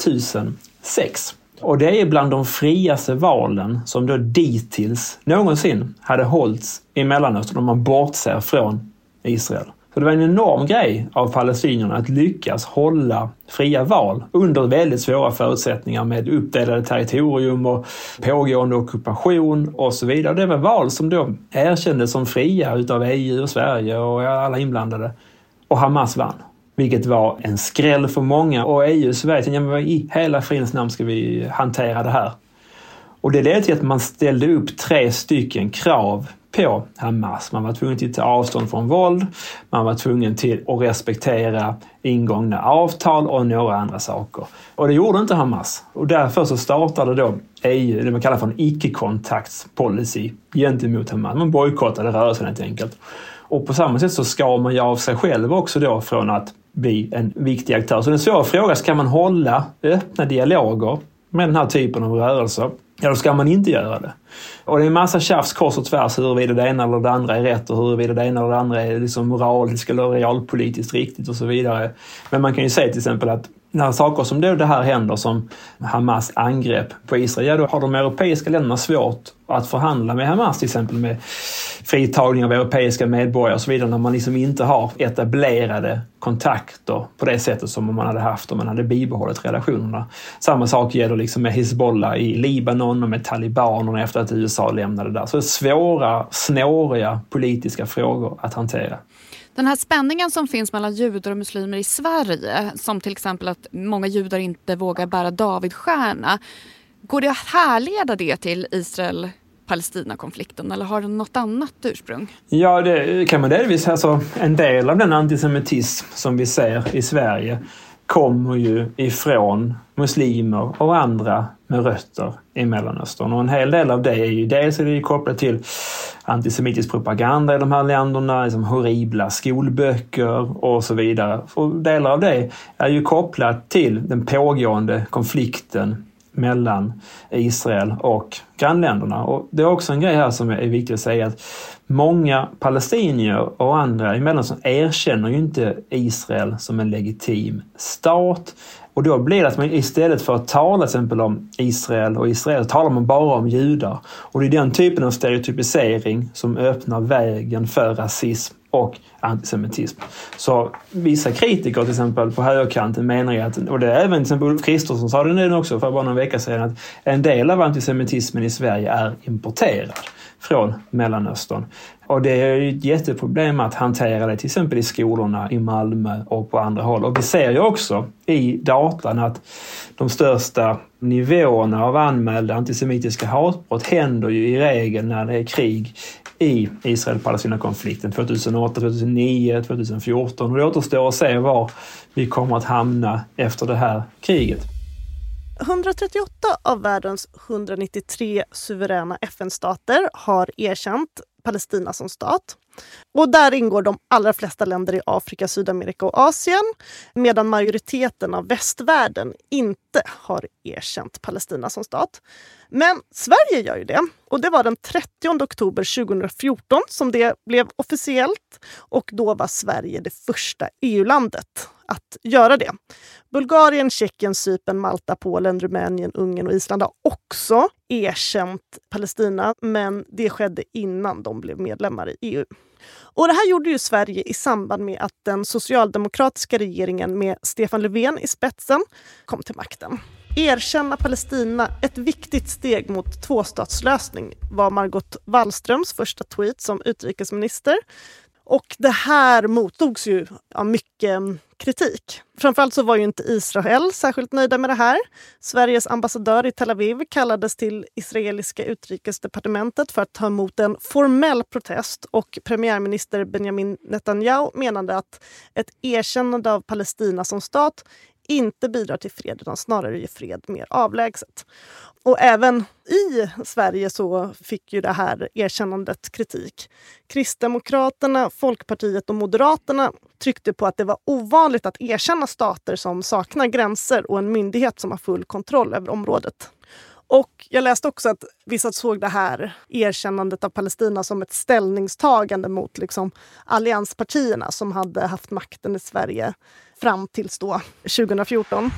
tvåtusensex. Och det är bland de friaste valen som då dittills någonsin hade hållits i Mellanöstern om man bortser från Israel. Så det var en enorm grej av palestinierna att lyckas hålla fria val under väldigt svåra förutsättningar med uppdelade territorium och pågående ockupation och så vidare. Det var val som då erkändes som fria utav E U och Sverige och alla inblandade. Och Hamas vann, vilket var en skräll för många. Och E U och Sverige tänkte, ja, men i hela fridens namn ska vi hantera det här. Och det ledde till att man ställde upp tre stycken krav på Hamas. Man var tvungen till att ta avstånd från våld, man var tvungen till att respektera ingångna avtal och några andra saker. Och det gjorde inte Hamas. Och därför så startade då E U, det man kallar för en icke-kontaktspolicy gentemot Hamas. Man bojkottade rörelsen helt enkelt. Och på samma sätt så ska man ju av sig själv också då från att bli en viktig aktör. Så den svåra frågan, ska man hålla öppna dialoger med den här typen av rörelser, ja, då ska man inte göra det. Och det är en massa tjafs kors och tvärs huruvida det ena eller det andra är rätt och huruvida det ena eller det andra är liksom moraliskt eller realpolitiskt riktigt och så vidare. Men man kan ju säga till exempel att när saker som det, det här händer, som Hamas angrepp på Israel, ja, då har de europeiska länderna svårt att förhandla med Hamas, till exempel med fritagning av europeiska medborgare och så vidare, när man liksom inte har etablerade kontakter på det sättet som man hade haft om man hade bibehållit relationerna. Samma sak gäller liksom med Hezbollah i Libanon och med talibanerna efter att U S A lämnade där. Så det är svåra, snåriga politiska frågor att hantera. Den här spänningen som finns mellan judar och muslimer i Sverige, som till exempel att många judar inte vågar bära Davidstjärna, går det att härleda det till Israel-Palestina-konflikten eller har den något annat ursprung? Ja, det kan man delvis. Alltså, en del av den antisemitism som vi ser i Sverige kommer ju ifrån muslimer och andra med rötter i Mellanöstern. Och en hel del av det är ju dels är det kopplat till antisemitisk propaganda i de här länderna, liksom horribla skolböcker och så vidare. Och delar av det är ju kopplat till den pågående konflikten mellan Israel och grannländerna. Och det är också en grej här som är viktig att säga, att många palestinier och andra i Mellanöstern erkänner ju inte Israel som en legitim stat. Och då blir det att man istället för att tala till exempel om Israel och Israel talar man bara om judar. Och det är den typen av stereotypisering som öppnar vägen för rasism och antisemitism. Så vissa kritiker till exempel på högerkanten menar ju att, och det är även till exempel Kristersson sa det nu också för bara några veckor sedan, att en del av antisemitismen i Sverige är importerad från Mellanöstern. Och det är ju ett jätteproblem att hantera det till exempel i skolorna i Malmö och på andra håll. Och vi ser ju också i datan att de största nivåerna av anmälda antisemitiska hatbrott händer ju i regel när det är krig i Israel-Palestina-konflikten tjugohundraåtta, tjugohundranio, tjugohundrafjorton. Och det återstår att se var vi kommer att hamna efter det här kriget. etthundratrettioåtta av världens etthundranittiotre suveräna F N-stater har erkänt Palestina som stat. Och där ingår de allra flesta länder i Afrika, Sydamerika och Asien, medan majoriteten av västvärlden inte har erkänt Palestina som stat. Men Sverige gör ju det, och det var den trettionde oktober tjugohundrafjorton som det blev officiellt, och då var Sverige det första E U-landet att göra det. Bulgarien, Tjeckien, Cypern, Malta, Polen, Rumänien, Ungern och Island har också erkänt Palestina, men det skedde innan de blev medlemmar i E U. Och det här gjorde ju Sverige i samband med att den socialdemokratiska regeringen med Stefan Löfven i spetsen kom till makten. Erkänna Palestina, ett viktigt steg mot tvåstatslösning, var Margot Wallströms första tweet som utrikesminister. Och det här mottogs ju av mycket kritik. Framförallt så var ju inte Israel särskilt nöjda med det här. Sveriges ambassadör i Tel Aviv kallades till israeliska utrikesdepartementet för att ta emot en formell protest, och premiärminister Benjamin Netanyahu menade att ett erkännande av Palestina som stat inte bidrar till fred utan snarare ger fred mer avlägset. Och även i Sverige så fick ju det här erkännandet kritik. Kristdemokraterna, Folkpartiet och Moderaterna tryckte på att det var ovanligt att erkänna stater som saknar gränser och en myndighet som har full kontroll över området. Och jag läste också att vissa såg det här erkännandet av Palestina som ett ställningstagande mot liksom allianspartierna som hade haft makten i Sverige fram tills då tjugohundrafjorton.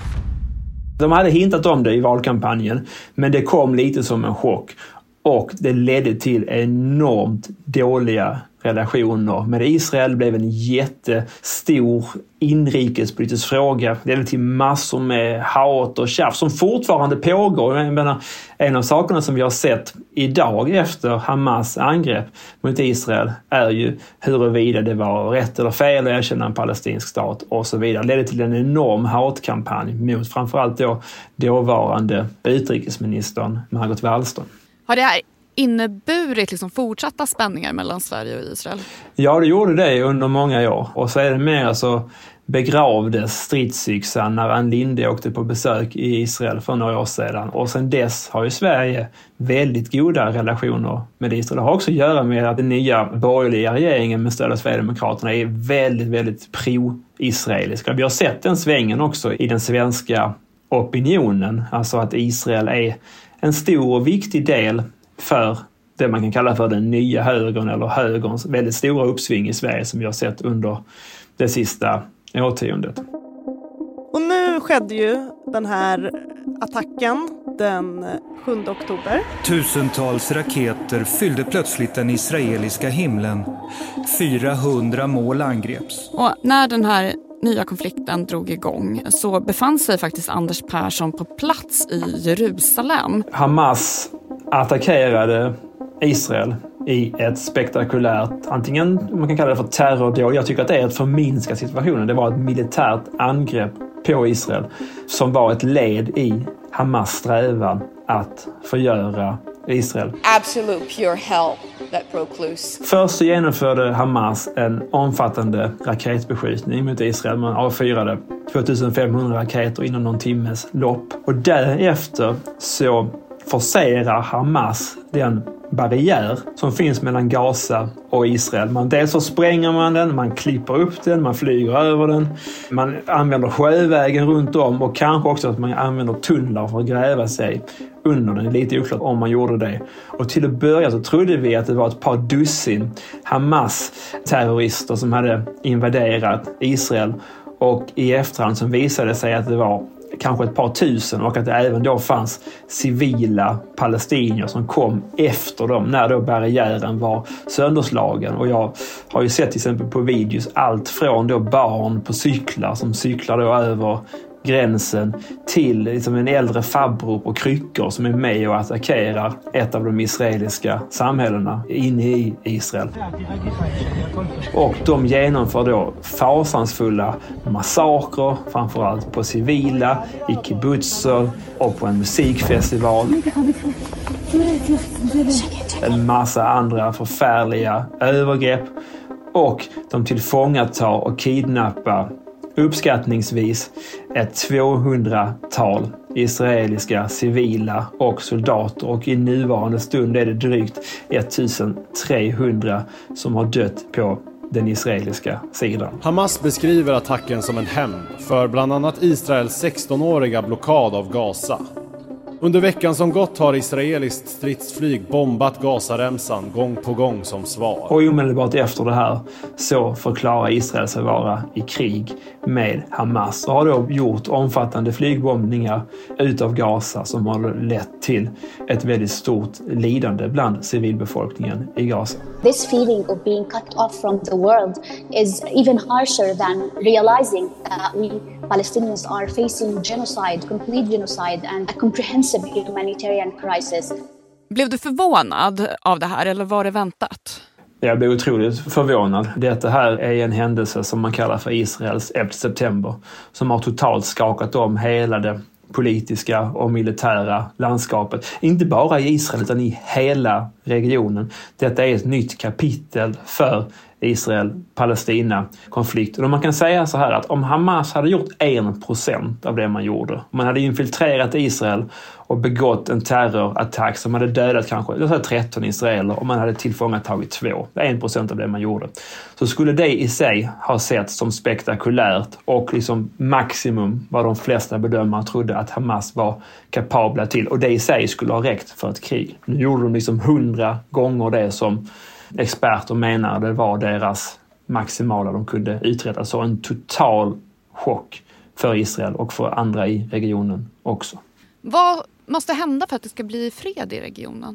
De hade hintat om det i valkampanjen, men det kom lite som en chock. Och det ledde till enormt dåliga relationer med Israel. Blev en jättestor inrikespolitisk fråga. Det ledde till massor med hat och tjafs som fortfarande pågår. Jag menar, en av sakerna som vi har sett idag efter Hamas angrepp mot Israel är ju huruvida det var rätt eller fel att erkänna en palestinsk stat och så vidare. Det ledde till en enorm hatkampanj mot framförallt då dåvarande utrikesministern Margot Wallström. Har det här inneburit liksom fortsatta spänningar mellan Sverige och Israel? Ja, det gjorde det under många år. Och så är det mer alltså begravdes stridsyxan när Ann Linde åkte på besök i Israel för några år sedan. Och sen dess har ju Sverige väldigt goda relationer med Israel. Det har också att göra med att den nya borgerliga regeringen med stöd av Sverigedemokraterna är väldigt, väldigt pro-israeliska. Vi har sett den svängen också i den svenska opinionen. Alltså att Israel är en stor och viktig del för det man kan kalla för den nya högern eller högerns väldigt stora uppsving i Sverige som vi har sett under det sista årtiondet. Och nu skedde ju den här attacken den sjunde oktober. Tusentals raketer fyllde plötsligt den israeliska himlen. fyrahundra mål angreps. Och när den här nya konflikten drog igång så befann sig faktiskt Anders Persson på plats i Jerusalem. Hamas attackerade Israel i ett spektakulärt, antingen man kan kalla det för terrordåd. Jag tycker att det är att förminska situationen. Det var ett militärt angrepp på Israel som var ett led i Hamas strävan att förgöra Israel. Absolute pure hell that broke loose. Först så genomförde Hamas en omfattande raketbeskjutning mot Israel. Man avfyrade tvåtusenfemhundra raketer inom någon timmes lopp. Och därefter så forcerar Hamas den barriär som finns mellan Gaza och Israel. Man, dels så spränger man den, man klipper upp den, man flyger över den, man använder sjövägen runt om och kanske också att man använder tunnlar för att gräva sig under den. Lite oklart om man gjorde det. Och till att börja så trodde vi att det var ett par dussin Hamas-terrorister som hade invaderat Israel, och i efterhand som visade sig att det var kanske ett par tusen och att det även då fanns civila palestinier som kom efter dem när då barriären var sönderslagen. Och jag har ju sett till exempel på videos allt från då barn på cyklar som cyklar då över gränsen till liksom en äldre farbror på kryckor som är med och attackerar ett av de israeliska samhällena inne i Israel. Och de genomför då fasansfulla massakrer, framförallt på civila, i kibbutzer och på en musikfestival. En massa andra förfärliga övergrepp, och de tillfångatar och kidnappar uppskattningsvis ett tvåhundratal israeliska civila och soldater, och i nuvarande stund är det drygt ettusentrehundra som har dött på den israeliska sidan. Hamas beskriver attacken som en hämnd för bland annat Israels sextonåriga blockad av Gaza. Under veckan som gått har israeliskt stridsflyg bombat Gazaremsan gång på gång som svar. Och omedelbart efter det här så förklarar Israel sig vara i krig med Hamas och har då gjort omfattande flygbombningar utav Gaza som har lett till ett väldigt stort lidande bland civilbefolkningen i Gaza. This feeling of being cut off from the world is even harsher than realizing that we Palestinians are facing genocide, complete genocide and a comprehensive humanitarian crisis. Blev du förvånad av det här eller var det väntat? Jag blev otroligt förvånad. Detta här är en händelse som man kallar för Israels elfte september som har totalt skakat om hela det politiska och militära landskapet. Inte bara i Israel utan i hela regionen. Detta är ett nytt kapitel för Israel-Palestina-konflikten. Och man kan säga så här att om Hamas hade gjort en procent av det man gjorde, om man hade infiltrerat Israel och begått en terrorattack som hade dödat kanske låt säga tretton israeler och man hade tillfångatagit två, en procent av det man gjorde, så skulle det i sig ha sett som spektakulärt och liksom maximum vad de flesta bedömare trodde att Hamas var kapabla till, och det i sig skulle ha räckt för ett krig. Nu gjorde de liksom hundra gånger det som experter menar det var deras maximala de kunde uträtta. Så en total chock för Israel och för andra i regionen också. Vad måste hända för att det ska bli fred i regionen?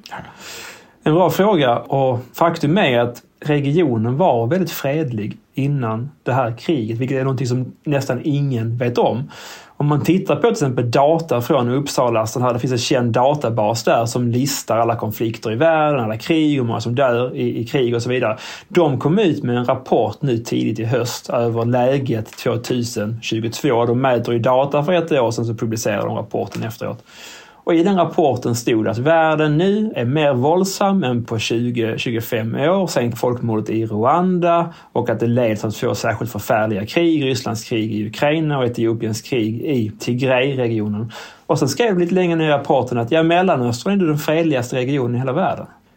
En bra fråga, och faktum är att regionen var väldigt fredlig innan det här kriget, vilket är något som nästan ingen vet om. Om man tittar på till exempel data från Uppsala, så här, det finns en känd databas där som listar alla konflikter i världen, alla krig och många som dör i, i krig och så vidare. De kom ut med en rapport nu tidigt i höst över läget tjugohundratjugotvå. De mäter i data för ett år sedan, så publicerar de rapporten efteråt. Och i den rapporten stod det att världen nu är mer våldsam än på tjugo till tjugofem år sen folkmordet i Rwanda, och att det leds av två särskilt förfärliga krig, Rysslands krig i Ukraina och Etiopiens krig i Tigray-regionen. Och sen skrev det lite längre ner i rapporten att ja, Mellanöstern är den fredligaste regionen i hela världen.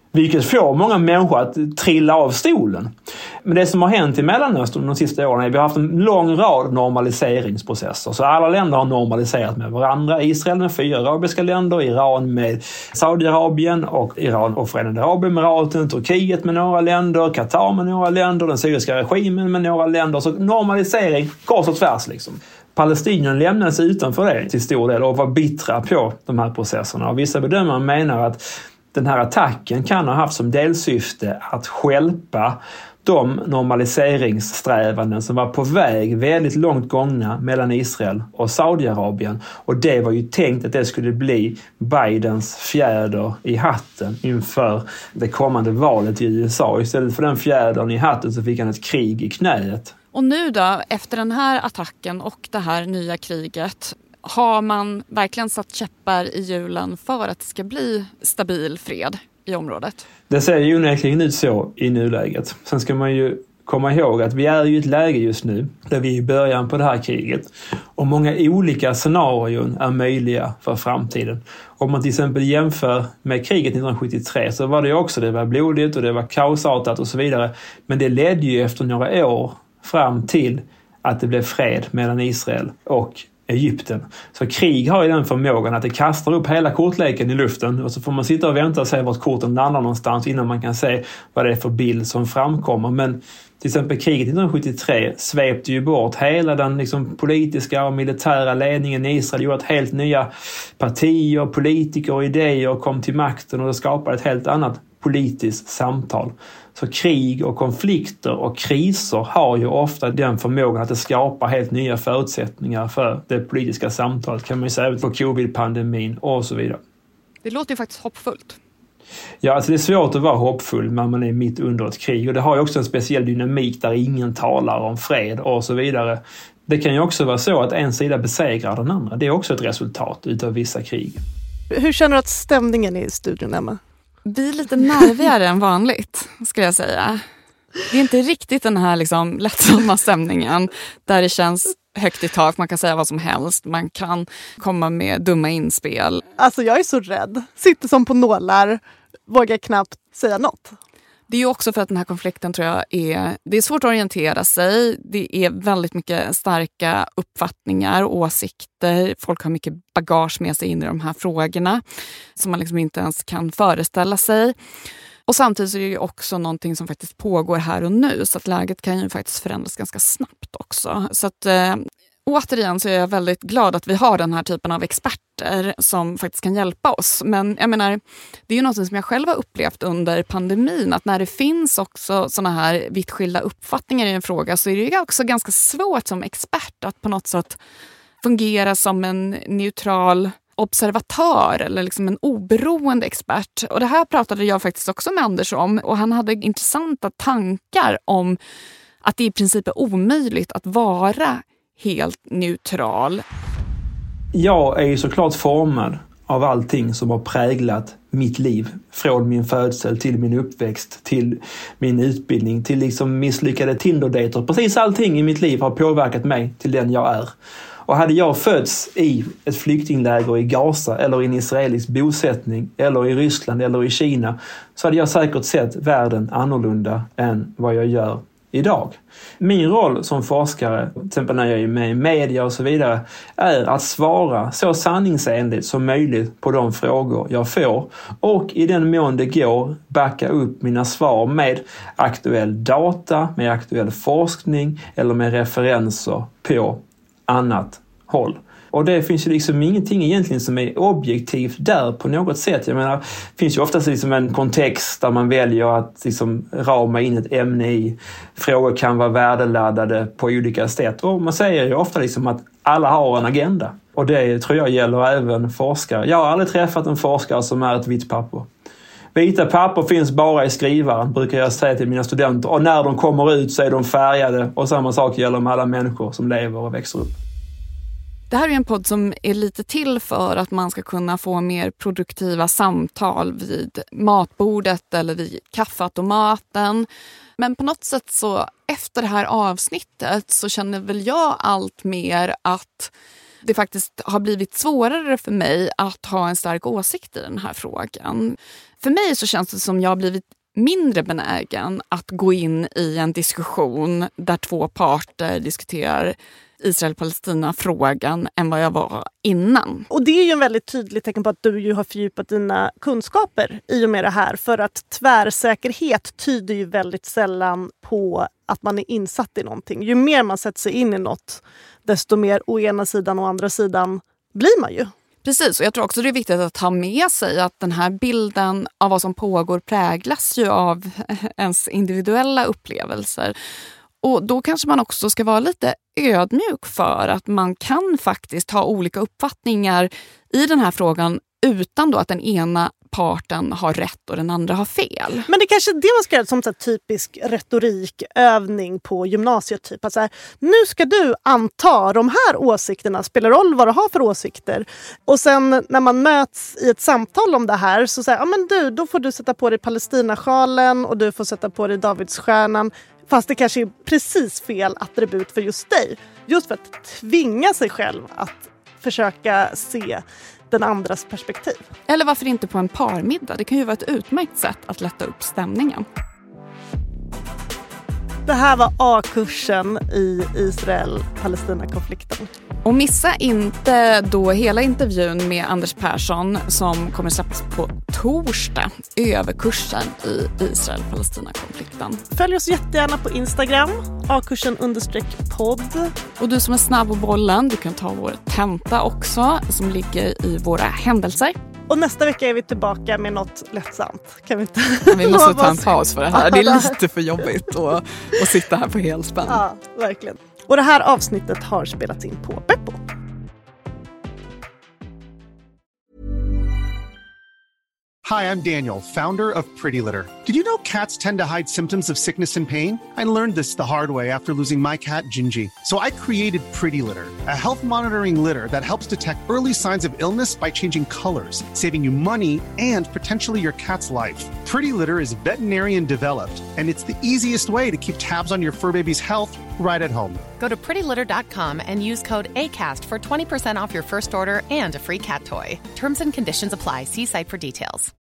Vilket får många människor att trilla av stolen. Men det som har hänt i Mellanöstern de sista åren är att vi har haft en lång rad normaliseringsprocesser. Så alla länder har normaliserat med varandra. Israel med fyra arabiska länder, Iran med Saudiarabien och Iran och Förenade Arabemiraten, Turkiet med några länder, Qatar med några länder, den syriska regimen med några länder. Så normalisering kors och tvärs liksom. Palestinien lämnades utanför det till stor del och var bittra på de här processerna. Och vissa bedömare menar att den här attacken kan ha haft som delsyfte att stjälpa de normaliseringssträvanden som var på väg väldigt långt gångna mellan Israel och Saudiarabien. Och det var ju tänkt att det skulle bli Bidens fjäder i hatten inför det kommande valet i U S A. Istället för den fjädern i hatten så fick han ett krig i knät. Och nu då, efter den här attacken och det här nya kriget, har man verkligen satt käppar i hjulen för att det ska bli stabil fred i området? Det ser ju onekligen ut så i nuläget. Sen ska man ju komma ihåg att vi är i ett läge just nu där vi är i början på det här kriget. Och många olika scenarion är möjliga för framtiden. Om man till exempel jämför med kriget nittonhundrasjuttiotre så var det ju också, det var blodigt och det var kaosartat och så vidare. Men det ledde ju efter några år fram till att det blev fred mellan Israel och Egypten. Så krig har ju den förmågan att det kastar upp hela kortleken i luften och så får man sitta och vänta och se vart korten landar någonstans innan man kan se vad det är för bild som framkommer. Men till exempel kriget nittonhundrasjuttiotre svepte ju bort hela den liksom politiska och militära ledningen i Israel, gjorde att helt nya partier, politiker och idéer kom till makten och det skapade ett helt annat politiskt samtal. Så krig och konflikter och kriser har ju ofta den förmågan att det skapar helt nya förutsättningar för det politiska samtalet, kan man ju säga, för covid-pandemin och så vidare. Det låter ju faktiskt hoppfullt. Ja, alltså det är svårt att vara hoppfull när man är mitt under ett krig. Och det har ju också en speciell dynamik där ingen talar om fred och så vidare. Det kan ju också vara så att en sida besegrar den andra. Det är också ett resultat utav vissa krig. Hur känner du att stämningen är i studion, Emma? Vi är lite nervigare än vanligt, skulle jag säga. Det är inte riktigt den här liksom lättsamma stämningen där det känns högt i tak. Man kan säga vad som helst. Man kan komma med dumma inspel. Alltså jag är så rädd. Sitter som på nålar. Vågar knappt säga något. Det är ju också för att den här konflikten tror jag är... Det är svårt att orientera sig. Det är väldigt mycket starka uppfattningar och åsikter. Folk har mycket bagage med sig in i de här frågorna som man liksom inte ens kan föreställa sig. Och samtidigt så är det ju också någonting som faktiskt pågår här och nu. Så att läget kan ju faktiskt förändras ganska snabbt också. Så att eh, återigen så är jag väldigt glad att vi har den här typen av experter som faktiskt kan hjälpa oss. Men jag menar, det är ju något som jag själv har upplevt under pandemin. Att när det finns också såna här vitt skilda uppfattningar i en fråga så är det ju också ganska svårt som expert att på något sätt fungera som en neutral observatör eller liksom en oberoende expert. Och det här pratade jag faktiskt också med Anders om och han hade intressanta tankar om att det i princip är omöjligt att vara helt neutral. Jag är ju såklart formad av allting som har präglat mitt liv. Från min födsel till min uppväxt, till min utbildning, till liksom misslyckade Tinder-dejter. Precis allting i mitt liv har påverkat mig till den jag är. Och hade jag fötts i ett flyktingläger i Gaza eller i en israelisk bosättning eller i Ryssland eller i Kina så hade jag säkert sett världen annorlunda än vad jag gör idag. Min roll som forskare, till exempel när jag är med i media och så vidare, är att svara så sanningsenligt som möjligt på de frågor jag får och i den mån det går backa upp mina svar med aktuell data, med aktuell forskning eller med referenser på annat håll. Och det finns ju liksom ingenting egentligen som är objektivt där på något sätt. Jag menar, det finns ju oftast liksom en kontext där man väljer att liksom rama in ett ämne i. Frågor kan vara värdeladdade på olika sätt. Och man säger ju ofta liksom att alla har en agenda. Och det tror jag gäller även forskare. Jag har aldrig träffat en forskare som är ett vitt papper. Vita papper finns bara i skrivaren, brukar jag säga till mina studenter. Och när de kommer ut så är de färgade. Och samma sak gäller med alla människor som lever och växer upp. Det här är en podd som är lite till för att man ska kunna få mer produktiva samtal vid matbordet eller vid kaffeautomaten. Men på något sätt så efter det här avsnittet så känner väl jag allt mer att det faktiskt har blivit svårare för mig att ha en stark åsikt i den här frågan. För mig så känns det som jag har blivit mindre benägen att gå in i en diskussion där två parter diskuterar Israel-Palestina-frågan än vad jag var innan. Och det är ju en väldigt tydlig tecken på att du ju har fördjupat dina kunskaper i och med det här. För att tvärsäkerhet tyder ju väldigt sällan på att man är insatt i någonting. Ju mer man sätter sig in i något, desto mer å ena sidan och andra sidan blir man ju. Precis, och jag tror också det är viktigt att ha med sig att den här bilden av vad som pågår präglas ju av ens individuella upplevelser. Och då kanske man också ska vara lite ödmjuk för att man kan faktiskt ha olika uppfattningar i den här frågan utan då att den ena parten har rätt och den andra har fel. Men det är kanske det man ska göra som så här typisk retorikövning på gymnasiet. Typ. Att så här, nu ska du anta de här åsikterna, spelar roll vad du har för åsikter. Och sen när man möts i ett samtal om det här så säger ja men du, då får du sätta på dig Palestinasjalen och du får sätta på dig Davidsstjärnan. Fast det kanske är precis fel attribut för just dig. Just för att tvinga sig själv att försöka se den andras perspektiv. Eller varför inte på en parmiddag? Det kan ju vara ett utmärkt sätt att lätta upp stämningen. Det här var A-kursen i Israel-Palestina-konflikten. Och missa inte då hela intervjun med Anders Persson som kommer släppas på torsdag, överkursen i Israel-Palestina-konflikten. Följ oss jättegärna på Instagram, A-kursen understreck podd. Och du som är snabb på bollen, du kan ta vår tenta också som ligger i våra händelser. Och nästa vecka är vi tillbaka med något lättsamt. Kan vi inte? Ja, vi måste ta en paus för det här. Det är lite för jobbigt att, att sitta här på helspänn. Ja, verkligen. Och det här avsnittet har spelats in på Beppo. Hi, I'm Daniel, founder of Pretty Litter. Did you know cats tend to hide symptoms of sickness and pain? I learned this the hard way after losing my cat, Gingy. So I created Pretty Litter, a health monitoring litter that helps detect early signs of illness by changing colors, saving you money and potentially your cat's life. Pretty Litter is veterinarian developed, and it's the easiest way to keep tabs on your fur baby's health right at home. Go to pretty litter dot com and use code ACAST for twenty percent off your first order and a free cat toy. Terms and conditions apply. See site for details.